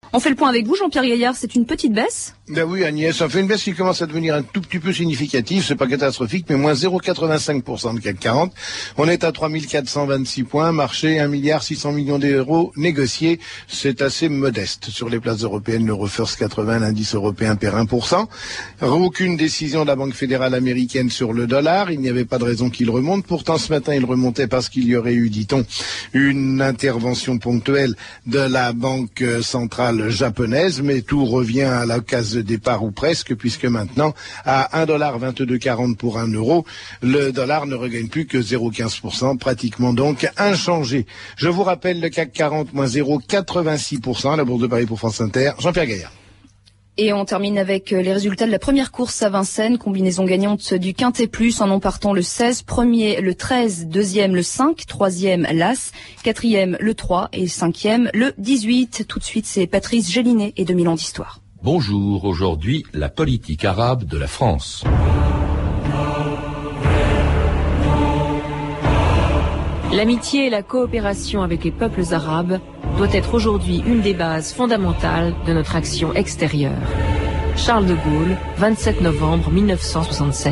On fait le point avec vous, Jean-Pierre Gaillard, c'est une petite baisse? Ben oui, Agnès, ça fait une baisse qui commence à devenir un tout petit peu significative, c'est pas catastrophique, mais moins 0,85% de CAC 40. On est à 3426 points, marché 1,6 milliard d'euros négociés, c'est assez modeste. Sur les places européennes, l'Euro First 80, l'indice européen perd 1%. Aucune décision de la Banque fédérale américaine sur le dollar, il n'y avait pas de raison qu'il remonte. Pourtant, ce matin, il remontait parce qu'il y aurait eu, dit-on, une intervention ponctuelle de la Banque centrale japonaise, mais tout revient à la case de départ ou presque, puisque maintenant, à 1,2240 pour 1 euro, le dollar ne regagne plus que 0,15%, pratiquement donc inchangé. Je vous rappelle le CAC 40, moins 0,86%, la Bourse de Paris pour France Inter. Jean-Pierre Gaillard. Et on termine avec les résultats de la première course à Vincennes, combinaison gagnante du Quintet Plus, en emportant le 16, premier le 13, deuxième le 5, troisième l'As, quatrième le 3 et cinquième le 18. Tout de suite, c'est Patrice Gélinet et 2000 ans d'histoire. Bonjour, aujourd'hui, la politique arabe de la France. L'amitié et la coopération avec les peuples arabes doit être aujourd'hui une des bases fondamentales de notre action extérieure. Charles de Gaulle, 27 novembre 1967.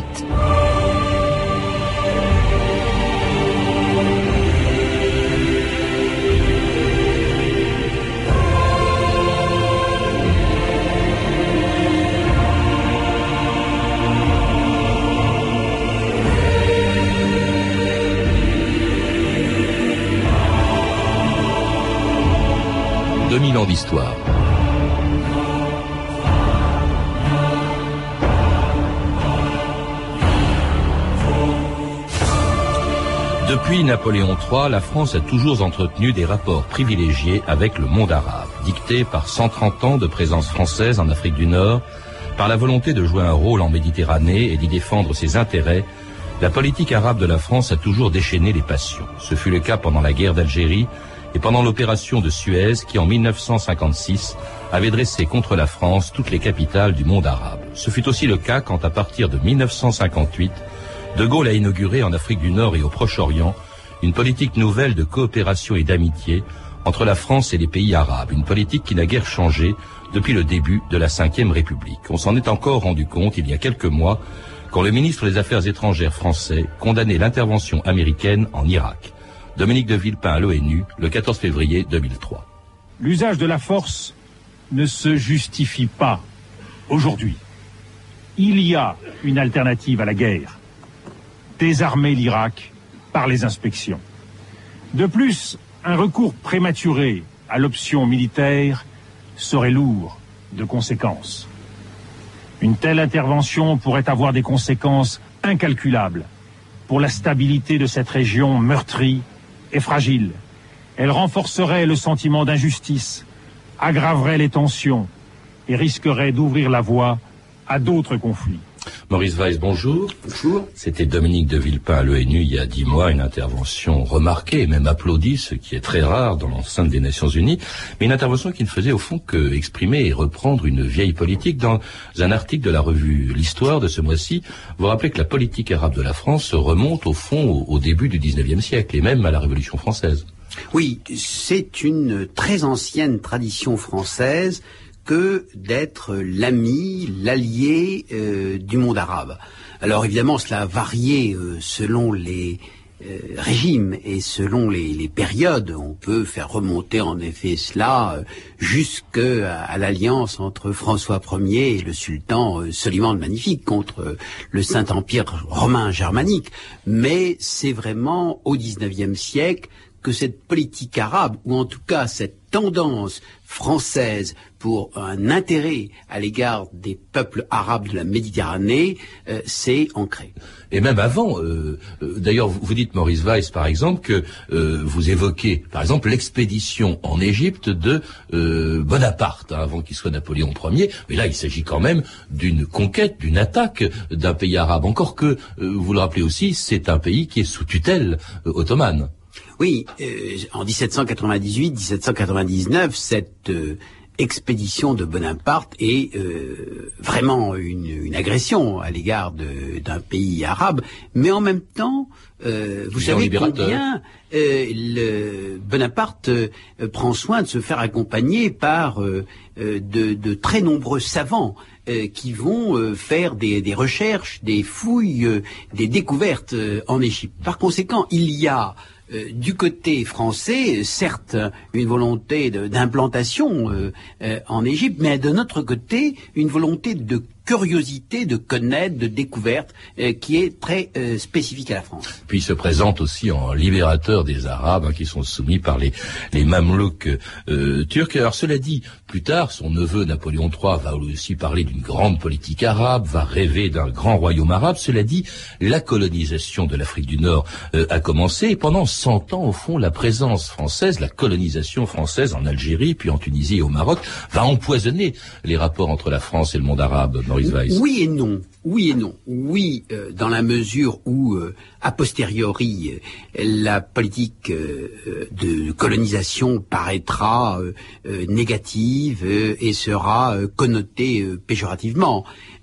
Ans d'histoire. Depuis Napoléon III, la France a toujours entretenu des rapports privilégiés avec le monde arabe, dictés par 130 ans de présence française en Afrique du Nord, par la volonté de jouer un rôle en Méditerranée et d'y défendre ses intérêts. La politique arabe de la France a toujours déchaîné les passions. Ce fut le cas pendant la guerre d'Algérie et pendant l'opération de Suez qui, en 1956, avait dressé contre la France toutes les capitales du monde arabe. Ce fut aussi le cas quand, à partir de 1958, De Gaulle a inauguré en Afrique du Nord et au Proche-Orient une politique nouvelle de coopération et d'amitié entre la France et les pays arabes, une politique qui n'a guère changé depuis le début de la Ve République. On s'en est encore rendu compte il y a quelques mois quand le ministre des Affaires étrangères français condamnait l'intervention américaine en Irak. Dominique de Villepin à l'ONU, le 14 février 2003. L'usage de la force ne se justifie pas aujourd'hui. Il y a une alternative à la guerre. Désarmer l'Irak par les inspections. De plus, un recours prématuré à l'option militaire serait lourd de conséquences. Une telle intervention pourrait avoir des conséquences incalculables pour la stabilité de cette région meurtrie et fragile. Elle renforcerait le sentiment d'injustice, aggraverait les tensions et risquerait d'ouvrir la voie à d'autres conflits. Maurice Weiss, bonjour. Bonjour. C'était Dominique de Villepin à l'ONU il y a 10 mois, une intervention remarquée et même applaudie, ce qui est très rare dans l'enceinte des Nations Unies, mais une intervention qui ne faisait au fond que exprimer et reprendre une vieille politique. Dans un article de la revue L'Histoire de ce mois-ci, vous rappelez que la politique arabe de la France remonte au fond au début du XIXe siècle et même à la Révolution française. Oui, c'est une très ancienne tradition française que d'être l'ami, l'allié du monde arabe. Alors évidemment, cela a varié selon les régimes et selon les périodes. On peut faire remonter en effet cela jusqu'à l'alliance entre François Ier et le sultan Soliman le Magnifique contre le Saint-Empire romain germanique. Mais c'est vraiment au XIXe siècle que cette politique arabe, ou en tout cas cette tendance française pour un intérêt à l'égard des peuples arabes de la Méditerranée, s'est ancrée. Et même avant, d'ailleurs vous dites, Maurice Weiss, par exemple, que vous évoquez, par exemple, l'expédition en Égypte de Bonaparte, avant qu'il soit Napoléon Ier, mais là il s'agit quand même d'une conquête, d'une attaque d'un pays arabe, encore que, vous le rappelez aussi, c'est un pays qui est sous tutelle ottomane. Oui, en 1798-1799, cette expédition de Bonaparte est vraiment une agression à l'égard d'un pays arabe, mais en même temps, vous savez combien Bonaparte prend soin de se faire accompagner par de très nombreux savants qui vont faire des recherches, des fouilles, des découvertes en Égypte. Par conséquent, il y a du côté français, certes, une volonté d'implantation en Égypte, mais de notre côté, une volonté de curiosité, de connaître, de découverte, qui est très spécifique à la France. Puis il se présente aussi en libérateur des Arabes, qui sont soumis par les Mamelouks turcs. Alors cela dit, plus tard, son neveu Napoléon III va aussi parler d'une grande politique arabe, va rêver d'un grand royaume arabe. Cela dit, la colonisation de l'Afrique du Nord a commencé, et pendant 100 ans, au fond, la présence française, la colonisation française en Algérie, puis en Tunisie et au Maroc, va empoisonner les rapports entre la France et le monde arabe. Oui et non. Oui et non. Oui, dans la mesure où, a posteriori, la politique de colonisation paraîtra négative et sera connotée péjorativement.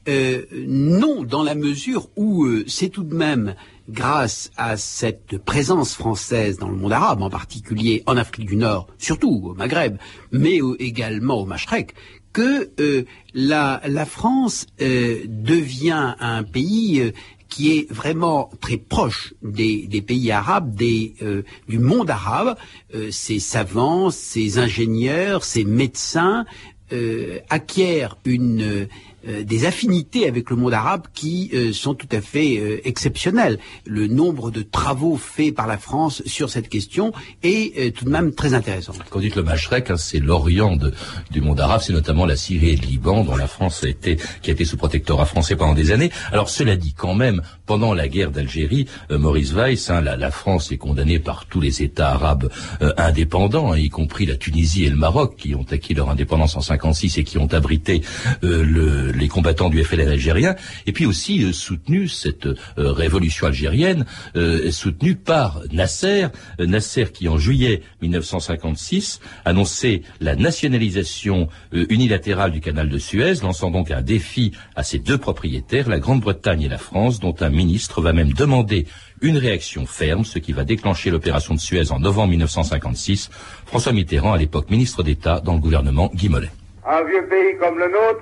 Non, dans la mesure où c'est tout de même grâce à cette présence française dans le monde arabe, en particulier en Afrique du Nord, surtout au Maghreb, mais également au Machrek, que la France devient un pays qui est vraiment très proche des pays arabes, du monde arabe. Ses savants, ses ingénieurs, ses médecins acquièrent des affinités avec le monde arabe qui sont tout à fait exceptionnelles. Le nombre de travaux faits par la France sur cette question est tout de même très intéressant. Quand vous dites le Machrek, c'est l'Orient du monde arabe, c'est notamment la Syrie et le Liban, dont la France qui a été sous protectorat français pendant des années. Alors cela dit, quand même, pendant la guerre d'Algérie, Maurice Weiss, la France est condamnée par tous les États arabes indépendants, y compris la Tunisie et le Maroc, qui ont acquis leur indépendance en 56 et qui ont abrité les combattants du FLN algérien, et puis aussi soutenu cette révolution algérienne, soutenue par Nasser qui en juillet 1956 annonçait la nationalisation unilatérale du canal de Suez, lançant donc un défi à ses deux propriétaires, la Grande-Bretagne et la France, dont un ministre va même demander une réaction ferme, ce qui va déclencher l'opération de Suez en novembre 1956. François Mitterrand, à l'époque ministre d'État dans le gouvernement Guy Mollet. Un vieux pays comme le nôtre,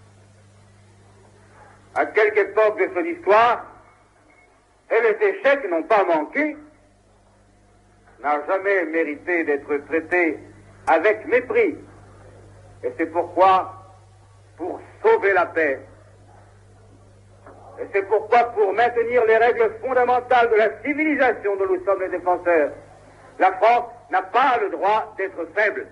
à quelque époque de son histoire, et les échecs n'ont pas manqué, n'a jamais mérité d'être traité avec mépris. Et c'est pourquoi, pour sauver la paix, et c'est pourquoi, pour maintenir les règles fondamentales de la civilisation dont nous sommes les défenseurs, la France n'a pas le droit d'être faible.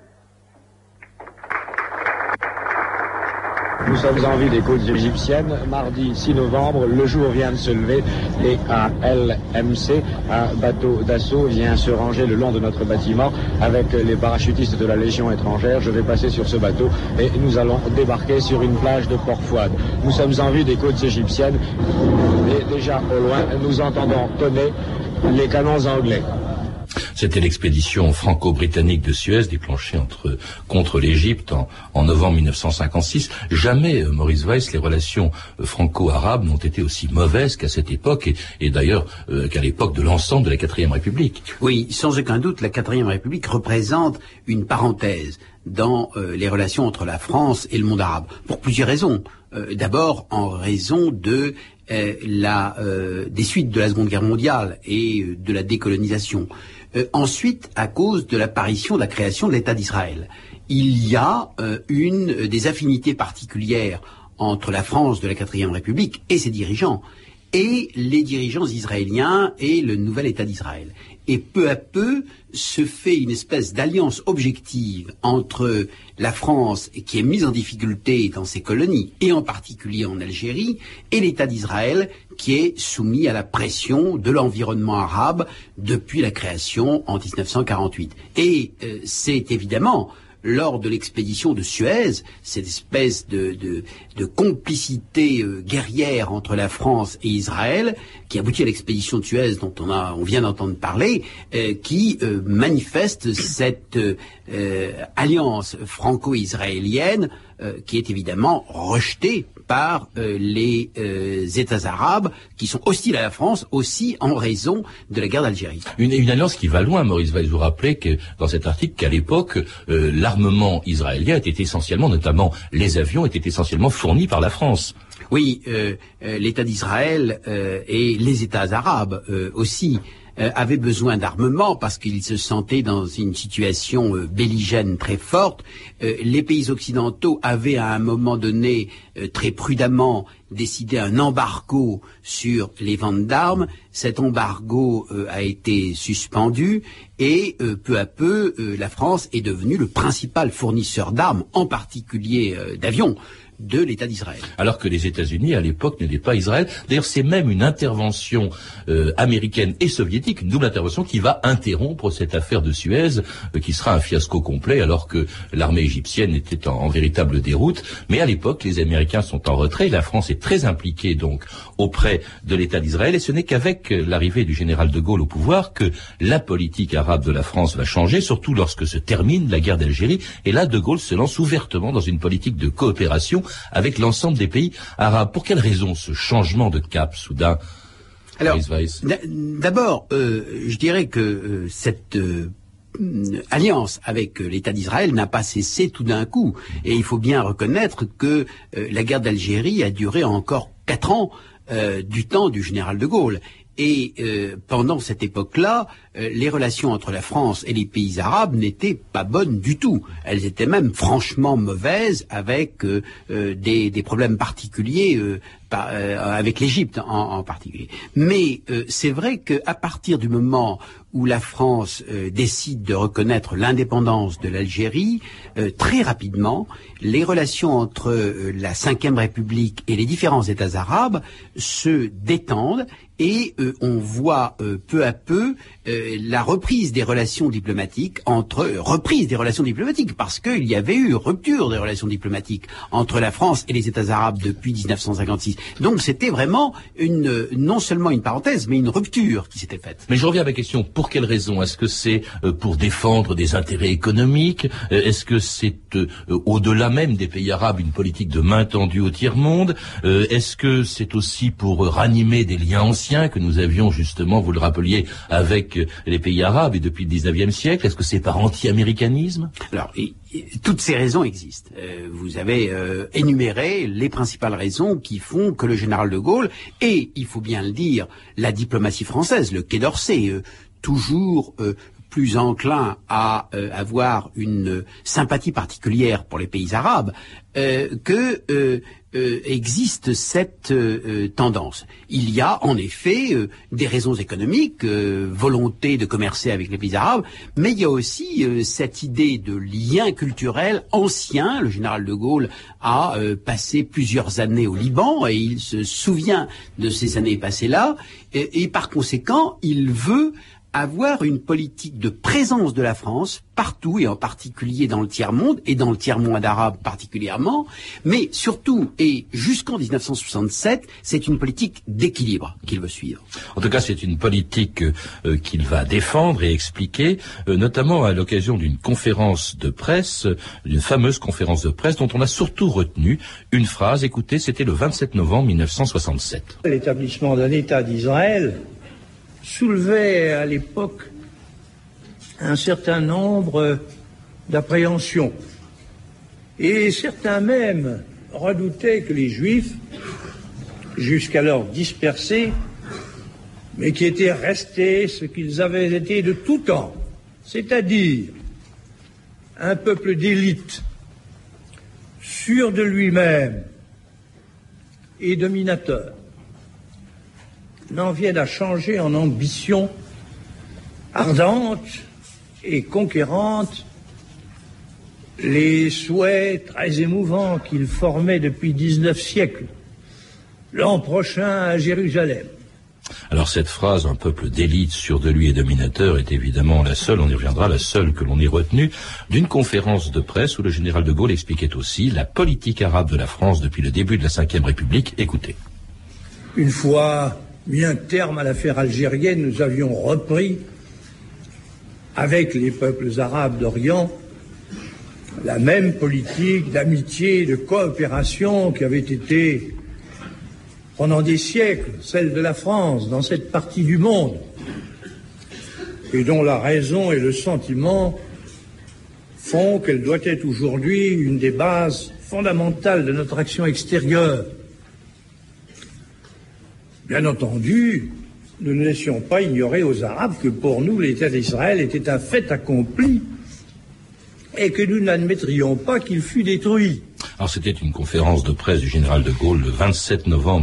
Nous sommes en vue des côtes égyptiennes. Mardi 6 novembre, le jour vient de se lever et un LMC, un bateau d'assaut, vient se ranger le long de notre bâtiment avec les parachutistes de la Légion étrangère. Je vais passer sur ce bateau et nous allons débarquer sur une plage de Port-Fouad. Nous sommes en vue des côtes égyptiennes et déjà au loin, nous entendons tonner les canons anglais. C'était l'expédition franco-britannique de Suez déclenchée contre l'Égypte en novembre 1956. Jamais, Maurice Weiss, les relations franco-arabes n'ont été aussi mauvaises qu'à cette époque et d'ailleurs qu'à l'époque de l'ensemble de la 4e République. Oui, sans aucun doute, la 4e République représente une parenthèse dans les relations entre la France et le monde arabe, pour plusieurs raisons. D'abord, en raison des suites de la Seconde Guerre mondiale et de la décolonisation. Ensuite, à cause de l'apparition, de la création de l'État d'Israël. Il y a des affinités particulières entre la France de la 4e République et ses dirigeants, et les dirigeants israéliens et le nouvel État d'Israël. Et peu à peu se fait une espèce d'alliance objective entre la France, qui est mise en difficulté dans ses colonies, et en particulier en Algérie, et l'État d'Israël, qui est soumis à la pression de l'environnement arabe depuis la création en 1948. Et c'est évidemment lors de l'expédition de Suez, cette espèce de complicité guerrière entre la France et Israël, qui aboutit à l'expédition de Suez dont on vient d'entendre parler, qui manifeste cette alliance franco-israélienne qui est évidemment rejetée par les États arabes qui sont hostiles à la France aussi en raison de la guerre d'Algérie. Une alliance qui va loin, Maurice Weiss. Vous rappelez que dans cet article qu'à l'époque, l'armement israélien était essentiellement, notamment les avions, étaient essentiellement fournis par la France. Oui, l'État d'Israël et les États arabes aussi avaient besoin d'armement parce qu'ils se sentaient dans une situation belligène très forte. Les pays occidentaux avaient à un moment donné très prudemment décidé un embargo sur les ventes d'armes. Cet embargo a été suspendu et peu à peu la France est devenue le principal fournisseur d'armes, en particulier d'avions, de l'État d'Israël. Alors que les États-Unis, à l'époque, n'étaient pas Israël. D'ailleurs, c'est même une intervention américaine et soviétique, une double intervention, qui va interrompre cette affaire de Suez, qui sera un fiasco complet, alors que l'armée égyptienne était en véritable déroute. Mais à l'époque, les Américains sont en retrait. La France est très impliquée, donc, auprès de l'État d'Israël. Et ce n'est qu'avec l'arrivée du général de Gaulle au pouvoir que la politique arabe de la France va changer, surtout lorsque se termine la guerre d'Algérie. Et là, de Gaulle se lance ouvertement dans une politique de coopération avec l'ensemble des pays arabes. Pour quelle raison ce changement de cap soudain? Alors, d'abord, je dirais que cette alliance avec l'État d'Israël n'a pas cessé tout d'un coup. Et il faut bien reconnaître que la guerre d'Algérie a duré encore 4 ans du temps du général de Gaulle. Et pendant cette époque-là, les relations entre la France et les pays arabes n'étaient pas bonnes du tout. Elles étaient même franchement mauvaises, avec des problèmes particuliers avec l'Égypte en particulier. Mais c'est vrai qu'à partir du moment où la France décide de reconnaître l'indépendance de l'Algérie, très rapidement, les relations entre la Ve République et les différents États arabes se détendent et on voit peu à peu la reprise des relations diplomatiques parce qu'il y avait eu rupture des relations diplomatiques entre la France et les États arabes depuis 1956. Donc c'était vraiment non seulement une parenthèse, mais une rupture qui s'était faite. Mais je reviens à ma question. Pour quelle raison? Est-ce que c'est pour défendre des intérêts économiques? Est-ce que c'est au-delà même des pays arabes une politique de main tendue au tiers-monde? Est-ce que c'est aussi pour ranimer des liens anciens que nous avions justement, vous le rappeliez, avec les pays arabes et depuis le 19e siècle? Est-ce que c'est par anti-américanisme? Alors, toutes ces raisons existent. Vous avez énuméré les principales raisons qui font que le général de Gaulle, et il faut bien le dire, la diplomatie française, le Quai d'Orsay, toujours plus enclin à avoir une sympathie particulière pour les pays arabes, existe cette tendance. Il y a en effet des raisons économiques, volonté de commercer avec les pays arabes, mais il y a aussi cette idée de lien culturel ancien. Le général de Gaulle a passé plusieurs années au Liban et il se souvient de ces années passées là, et par conséquent, il veut avoir une politique de présence de la France partout, et en particulier dans le tiers-monde, et dans le tiers-monde arabe particulièrement, mais surtout, et jusqu'en 1967, c'est une politique d'équilibre qu'il veut suivre. En tout cas, c'est une politique qu'il va défendre et expliquer, notamment à l'occasion d'une conférence de presse, d'une fameuse conférence de presse dont on a surtout retenu une phrase. Écoutez, c'était le 27 novembre 1967. L'établissement d'un État d'Israël soulevait à l'époque un certain nombre d'appréhensions. Et certains même redoutaient que les Juifs, jusqu'alors dispersés, mais qui étaient restés ce qu'ils avaient été de tout temps, c'est-à-dire un peuple d'élite, sûr de lui-même et dominateur, n'en viennent à changer en ambition ardente et conquérante les souhaits très émouvants qu'ils formaient depuis 19 siècles, l'an prochain à Jérusalem. Alors cette phrase, un peuple d'élite sûr de lui et dominateur, est évidemment la seule, on y reviendra, la seule que l'on ait retenue d'une conférence de presse où le général de Gaulle expliquait aussi la politique arabe de la France depuis le début de la Ve République. Écoutez. Une fois mis un terme à l'affaire algérienne, nous avions repris, avec les peuples arabes d'Orient, la même politique d'amitié et de coopération qui avait été pendant des siècles celle de la France dans cette partie du monde et dont la raison et le sentiment font qu'elle doit être aujourd'hui une des bases fondamentales de notre action extérieure. Bien entendu, nous ne laissions pas ignorer aux Arabes que pour nous l'État d'Israël était un fait accompli et que nous n'admettrions pas qu'il fût détruit. Alors c'était une conférence de presse du général de Gaulle le 27 novembre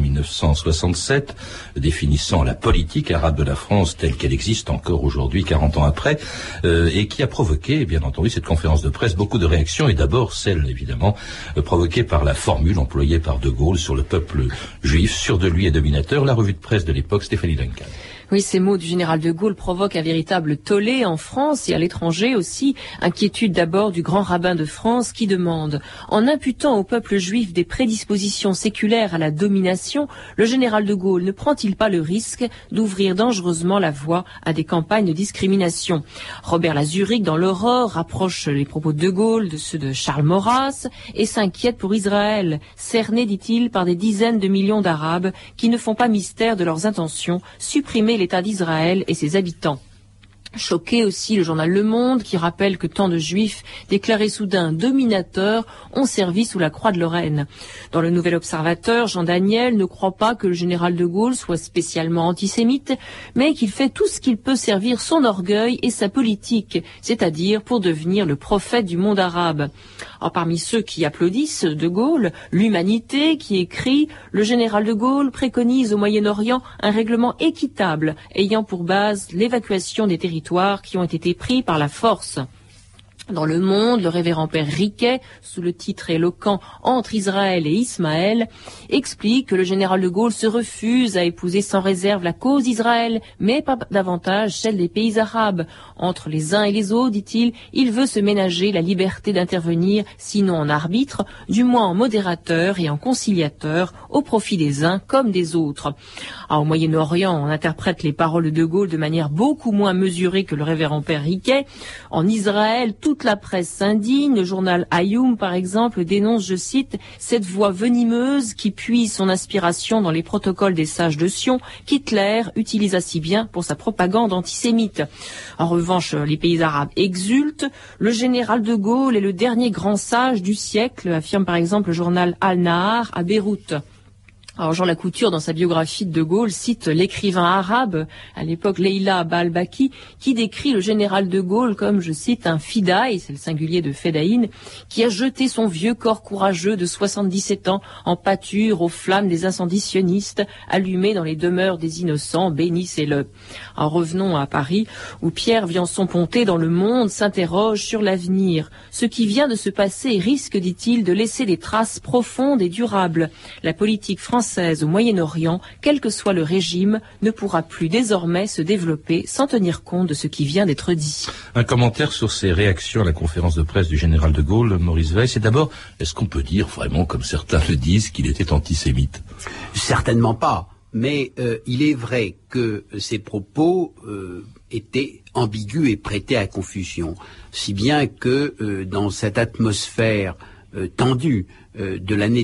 1967, définissant la politique arabe de la France telle qu'elle existe encore aujourd'hui, 40 ans après, et qui a provoqué, bien entendu, cette conférence de presse, beaucoup de réactions, et d'abord celle, évidemment, provoquée par la formule employée par de Gaulle sur le peuple juif, sûr de lui et dominateur, la revue de presse de l'époque, Stéphanie Duncan. Oui, ces mots du général de Gaulle provoquent un véritable tollé en France et à l'étranger aussi. Inquiétude d'abord du grand rabbin de France qui demande, en imputant au peuple juif des prédispositions séculaires à la domination, le général de Gaulle ne prend-il pas le risque d'ouvrir dangereusement la voie à des campagnes de discrimination? Robert Lazuric, dans l'Aurore, rapproche les propos de Gaulle de ceux de Charles Maurras et s'inquiète pour Israël, cerné, dit-il, par des dizaines de millions d'Arabes qui ne font pas mystère de leurs intentions, supprimer l'État d'Israël et ses habitants. Choqué aussi le journal Le Monde qui rappelle que tant de juifs déclarés soudain dominateurs ont servi sous la croix de Lorraine. Dans le Nouvel Observateur, Jean Daniel ne croit pas que le général de Gaulle soit spécialement antisémite, mais qu'il fait tout ce qu'il peut servir son orgueil et sa politique, c'est-à-dire pour devenir le prophète du monde arabe. Alors, parmi ceux qui applaudissent de Gaulle, l'Humanité qui écrit « Le général de Gaulle préconise au Moyen-Orient un règlement équitable ayant pour base l'évacuation des territoires qui ont été pris par la force ». Dans Le Monde, le révérend père Riquet, sous le titre éloquent « Entre Israël et Ismaël », explique que le général de Gaulle se refuse à épouser sans réserve la cause d'Israël, mais pas davantage celle des pays arabes. Entre les uns et les autres, dit-il, il veut se ménager la liberté d'intervenir, sinon en arbitre, du moins en modérateur et en conciliateur, au profit des uns comme des autres. Au Moyen-Orient, on interprète les paroles de De Gaulle de manière beaucoup moins mesurée que le révérend père Riquet. En Israël, toute la presse s'indigne. Le journal Ayoum, par exemple, dénonce, je cite, « cette voix venimeuse qui puise son inspiration dans les protocoles des sages de Sion qu'Hitler utilisa si bien pour sa propagande antisémite ». En revanche, les pays arabes exultent. Le général de Gaulle est le dernier grand sage du siècle, affirme par exemple le journal Al-Nahar à Beyrouth. Alors Jean Lacouture, dans sa biographie de De Gaulle, cite l'écrivain arabe, à l'époque Leila Baalbaki, qui décrit le général de Gaulle comme, je cite, un fidaï, c'est le singulier de Fedaïn, qui a jeté son vieux corps courageux de 77 ans en pâture aux flammes des incendies sionistes, allumés dans les demeures des innocents, bénissez-le. Alors revenons à Paris, où Pierre Viançon-Ponté, dans Le Monde, s'interroge sur l'avenir. Ce qui vient de se passer risque, dit-il, de laisser des traces profondes et durables. La politique française au Moyen-Orient, quel que soit le régime, ne pourra plus désormais se développer sans tenir compte de ce qui vient d'être dit. Un commentaire sur ces réactions à la conférence de presse du général de Gaulle, Maurice Weiss. C'est d'abord, est-ce qu'on peut dire vraiment, comme certains le disent, qu'il était antisémite? Certainement pas. Mais il est vrai que ces propos étaient ambigus et prêtaient à confusion. Si bien que dans cette atmosphère tendue de l'année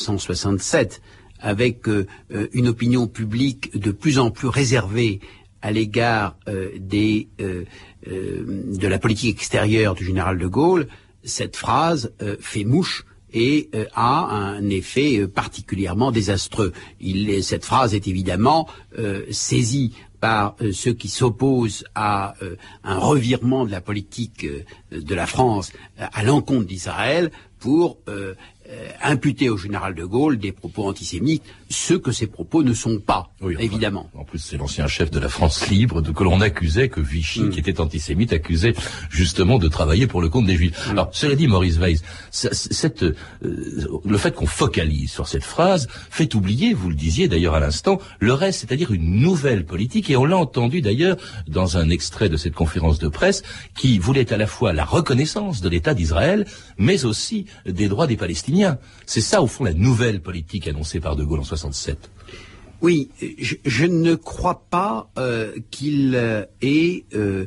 1967, avec une opinion publique de plus en plus réservée à l'égard de la politique extérieure du général de Gaulle, cette phrase fait mouche et a un effet particulièrement désastreux. Cette phrase est évidemment saisie par ceux qui s'opposent à un revirement de la politique de la France à l'encontre d'Israël pour imputer au général de Gaulle des propos antisémites, ce que ces propos ne sont pas, évidemment. En plus, c'est l'ancien chef de la France libre que l'on accusait, que Vichy, qui était antisémite, accusait justement de travailler pour le compte des Juifs. Alors, cela dit, Maurice Weiss, le fait qu'on focalise sur cette phrase fait oublier, vous le disiez d'ailleurs à l'instant, le reste, c'est-à-dire une nouvelle politique, et on l'a entendu d'ailleurs dans un extrait de cette conférence de presse, qui voulait à la fois la reconnaissance de l'État d'Israël, mais aussi des droits des Palestiniens. C'est ça, au fond, la nouvelle politique annoncée par De Gaulle en 67. Oui, je ne crois pas qu'il ait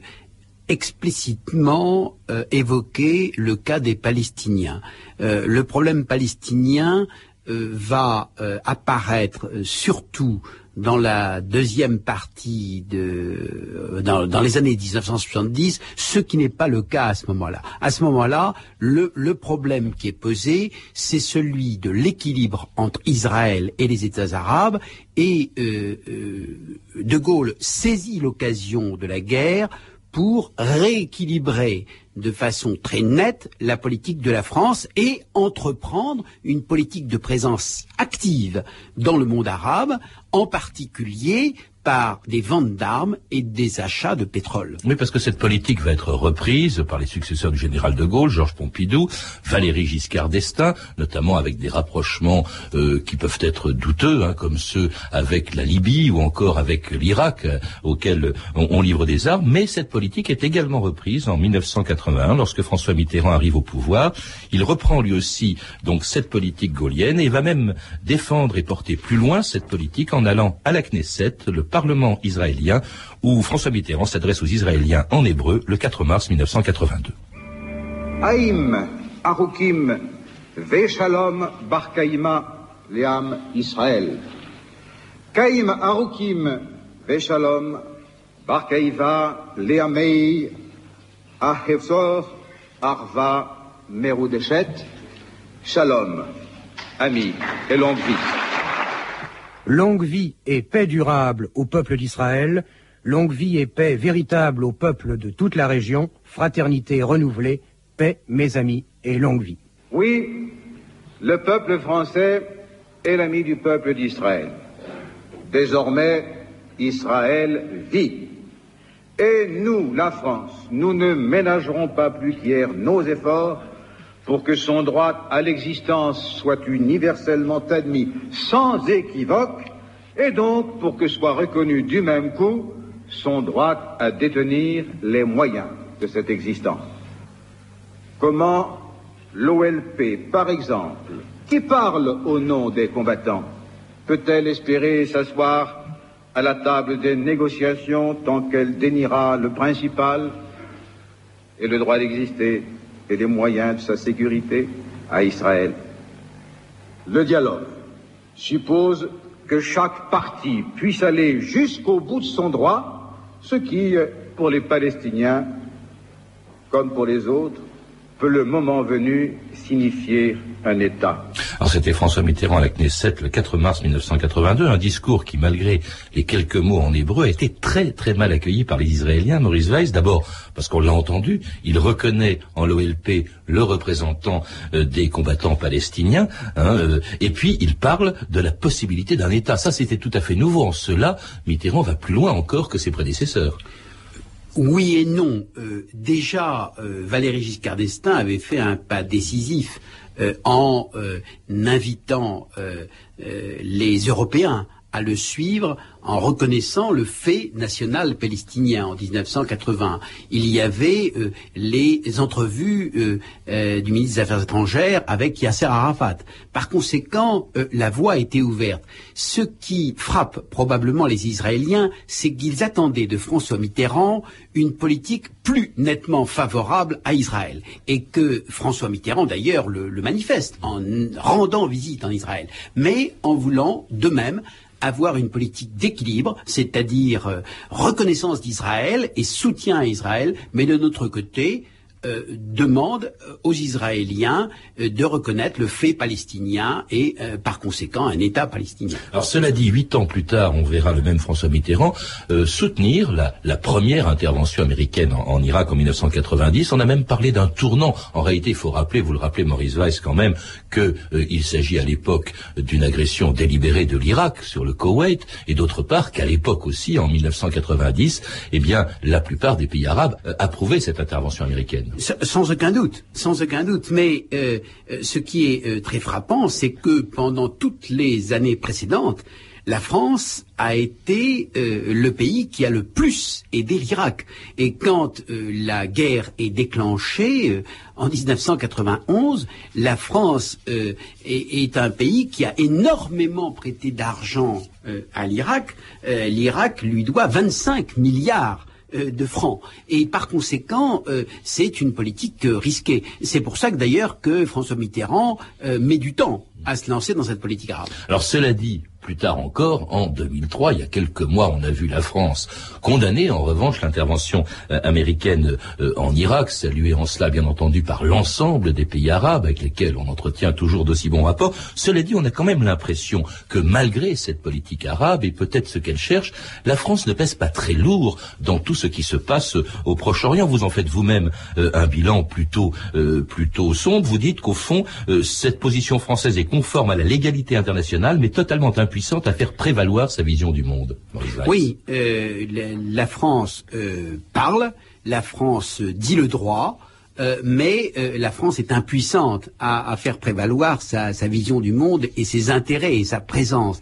explicitement évoqué le cas des Palestiniens. Le problème palestinien va apparaître surtout dans la deuxième partie dans les années 1970, ce qui n'est pas le cas à ce moment-là. À ce moment-là, le problème qui est posé, c'est celui de l'équilibre entre Israël et les États arabes, et De Gaulle saisit l'occasion de la guerre pour rééquilibrer de façon très nette la politique de la France et entreprendre une politique de présence active dans le monde arabe, en particulier par des ventes d'armes et des achats de pétrole. Oui, parce que cette politique va être reprise par les successeurs du général de Gaulle, Georges Pompidou, Valéry Giscard d'Estaing, notamment avec des rapprochements qui peuvent être douteux, comme ceux avec la Libye ou encore avec l'Irak, auxquels on livre des armes. Mais cette politique est également reprise en 1981, lorsque François Mitterrand arrive au pouvoir. Il reprend lui aussi donc cette politique gaullienne et va même défendre et porter plus loin cette politique en allant à la Knesset, le Parlement israélien, où François Mitterrand s'adresse aux Israéliens en hébreu le 4 mars 1982. Haïm Arukim Veshalom Barkaïma Leam Israël. Kaïm Arukim Veshalom Barkaïva Leamei Ahevzor Arva Merudeshet. Shalom, amis et longue vie. Longue vie et paix durable au peuple d'Israël, longue vie et paix véritable au peuple de toute la région, fraternité renouvelée, paix, mes amis, et longue vie. Oui, le peuple français est l'ami du peuple d'Israël. Désormais, Israël vit. Et nous, la France, nous ne ménagerons pas plus qu'hier nos efforts pour que son droit à l'existence soit universellement admis sans équivoque, et donc pour que soit reconnu du même coup son droit à détenir les moyens de cette existence. Comment l'OLP, par exemple, qui parle au nom des combattants, peut-elle espérer s'asseoir à la table des négociations tant qu'elle déniera le principal et le droit d'exister et les moyens de sa sécurité à Israël? Le dialogue suppose que chaque partie puisse aller jusqu'au bout de son droit, ce qui, pour les Palestiniens, comme pour les autres, peut le moment venu signifier un État. Alors c'était François Mitterrand à la Knesset le 4 mars 1982, un discours qui, malgré les quelques mots en hébreu, a été très très mal accueilli par les Israéliens. Maurice Weiss, d'abord parce qu'on l'a entendu, il reconnaît en l'OLP le représentant des combattants palestiniens, et puis il parle de la possibilité d'un État. Ça, c'était tout à fait nouveau. En cela, Mitterrand va plus loin encore que ses prédécesseurs. Oui et non. Déjà, Valéry Giscard d'Estaing avait fait un pas décisif en invitant les Européens à le suivre en reconnaissant le fait national palestinien en 1980. Il y avait les entrevues du ministre des Affaires étrangères avec Yasser Arafat. Par conséquent, la voie était ouverte. Ce qui frappe probablement les Israéliens, c'est qu'ils attendaient de François Mitterrand une politique plus nettement favorable à Israël. Et que François Mitterrand, d'ailleurs, le manifeste en rendant visite en Israël, mais en voulant de même avoir une politique d'équilibre, c'est-à-dire reconnaissance d'Israël et soutien à Israël, mais de notre côté, demande aux Israéliens de reconnaître le fait palestinien et par conséquent un État palestinien. Alors cela dit, 8 ans plus tard, on verra le même François Mitterrand soutenir la première intervention américaine en Irak en 1990. On a même parlé d'un tournant. En réalité, il faut rappeler, vous le rappelez Maurice Weiss quand même, que il s'agit à l'époque d'une agression délibérée de l'Irak sur le Koweït, et d'autre part qu'à l'époque aussi, en 1990, eh bien la plupart des pays arabes approuvaient cette intervention américaine. Sans aucun doute. Mais ce qui est très frappant, c'est que pendant toutes les années précédentes, la France a été le pays qui a le plus aidé l'Irak. Et quand la guerre est déclenchée en 1991, la France est un pays qui a énormément prêté d'argent à l'Irak. L'Irak lui doit 25 milliards de francs. Et par conséquent, c'est une politique risquée. C'est pour ça que d'ailleurs que François Mitterrand met du temps à se lancer dans cette politique arabe. Alors cela dit, plus tard encore, en 2003, il y a quelques mois, on a vu la France condamner en revanche l'intervention américaine en Irak, saluée en cela bien entendu par l'ensemble des pays arabes avec lesquels on entretient toujours d'aussi bons rapports. Cela dit, on a quand même l'impression que malgré cette politique arabe et peut-être ce qu'elle cherche, la France ne pèse pas très lourd dans tout ce qui se passe au Proche-Orient. Vous en faites vous-même un bilan plutôt sombre. Vous dites qu'au fond, cette position française est conforme à la légalité internationale, mais totalement impuissante à faire prévaloir sa vision du monde. Oui, la France parle, la France dit le droit, mais la France est impuissante à faire prévaloir sa vision du monde et ses intérêts et sa présence.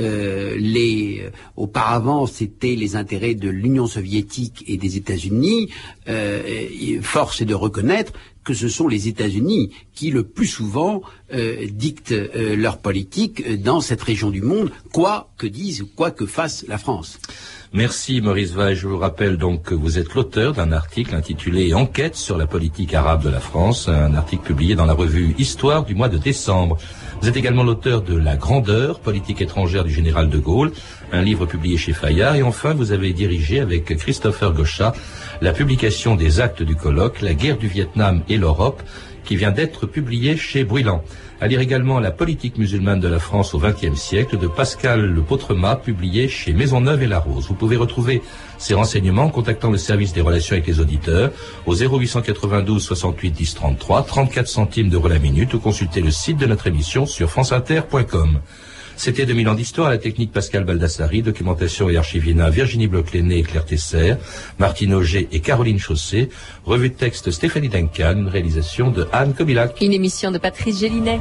Auparavant, c'était les intérêts de l'Union soviétique et des États-Unis. Force est de reconnaître que ce sont les États-Unis qui, le plus souvent, dictent leur politique dans cette région du monde, quoi que dise ou quoi que fasse la France. Merci Maurice Weiss. Je vous rappelle donc que vous êtes l'auteur d'un article intitulé « Enquête sur la politique arabe de la France », un article publié dans la revue Histoire du mois de décembre. Vous êtes également l'auteur de « La grandeur, politique étrangère du général de Gaulle », un livre publié chez Fayard. Et enfin, vous avez dirigé avec Christopher Gauchat la publication des actes du colloque « La guerre du Vietnam et l'Europe », qui vient d'être publié chez Bruylant. À lire également La politique musulmane de la France au XXe siècle de Pascal Le Potremat, publié chez Maisonneuve et La Rose. Vous pouvez retrouver ces renseignements en contactant le service des relations avec les auditeurs au 0892 68 10 33, 34 centimes d'euros la minute, ou consulter le site de notre émission sur franceinter.com. C'était 2000 ans d'histoire, à la technique Pascal Baldassari, documentation et archivina Virginie Bloch-Lenné et Claire Tesser, Martine Auger et Caroline Chaussé, revue de texte Stéphanie Duncan, réalisation de Anne Kobilac. Une émission de Patrice Gélinet.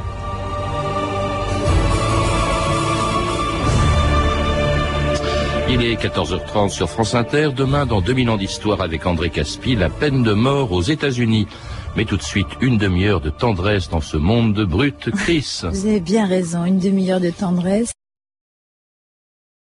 Il est 14h30 sur France Inter. Demain, dans 2000 ans d'histoire avec André Caspi, la peine de mort aux États-Unis. Mais tout de suite, une demi-heure de tendresse dans ce monde de brutes. Chris. Vous avez bien raison, une demi-heure de tendresse.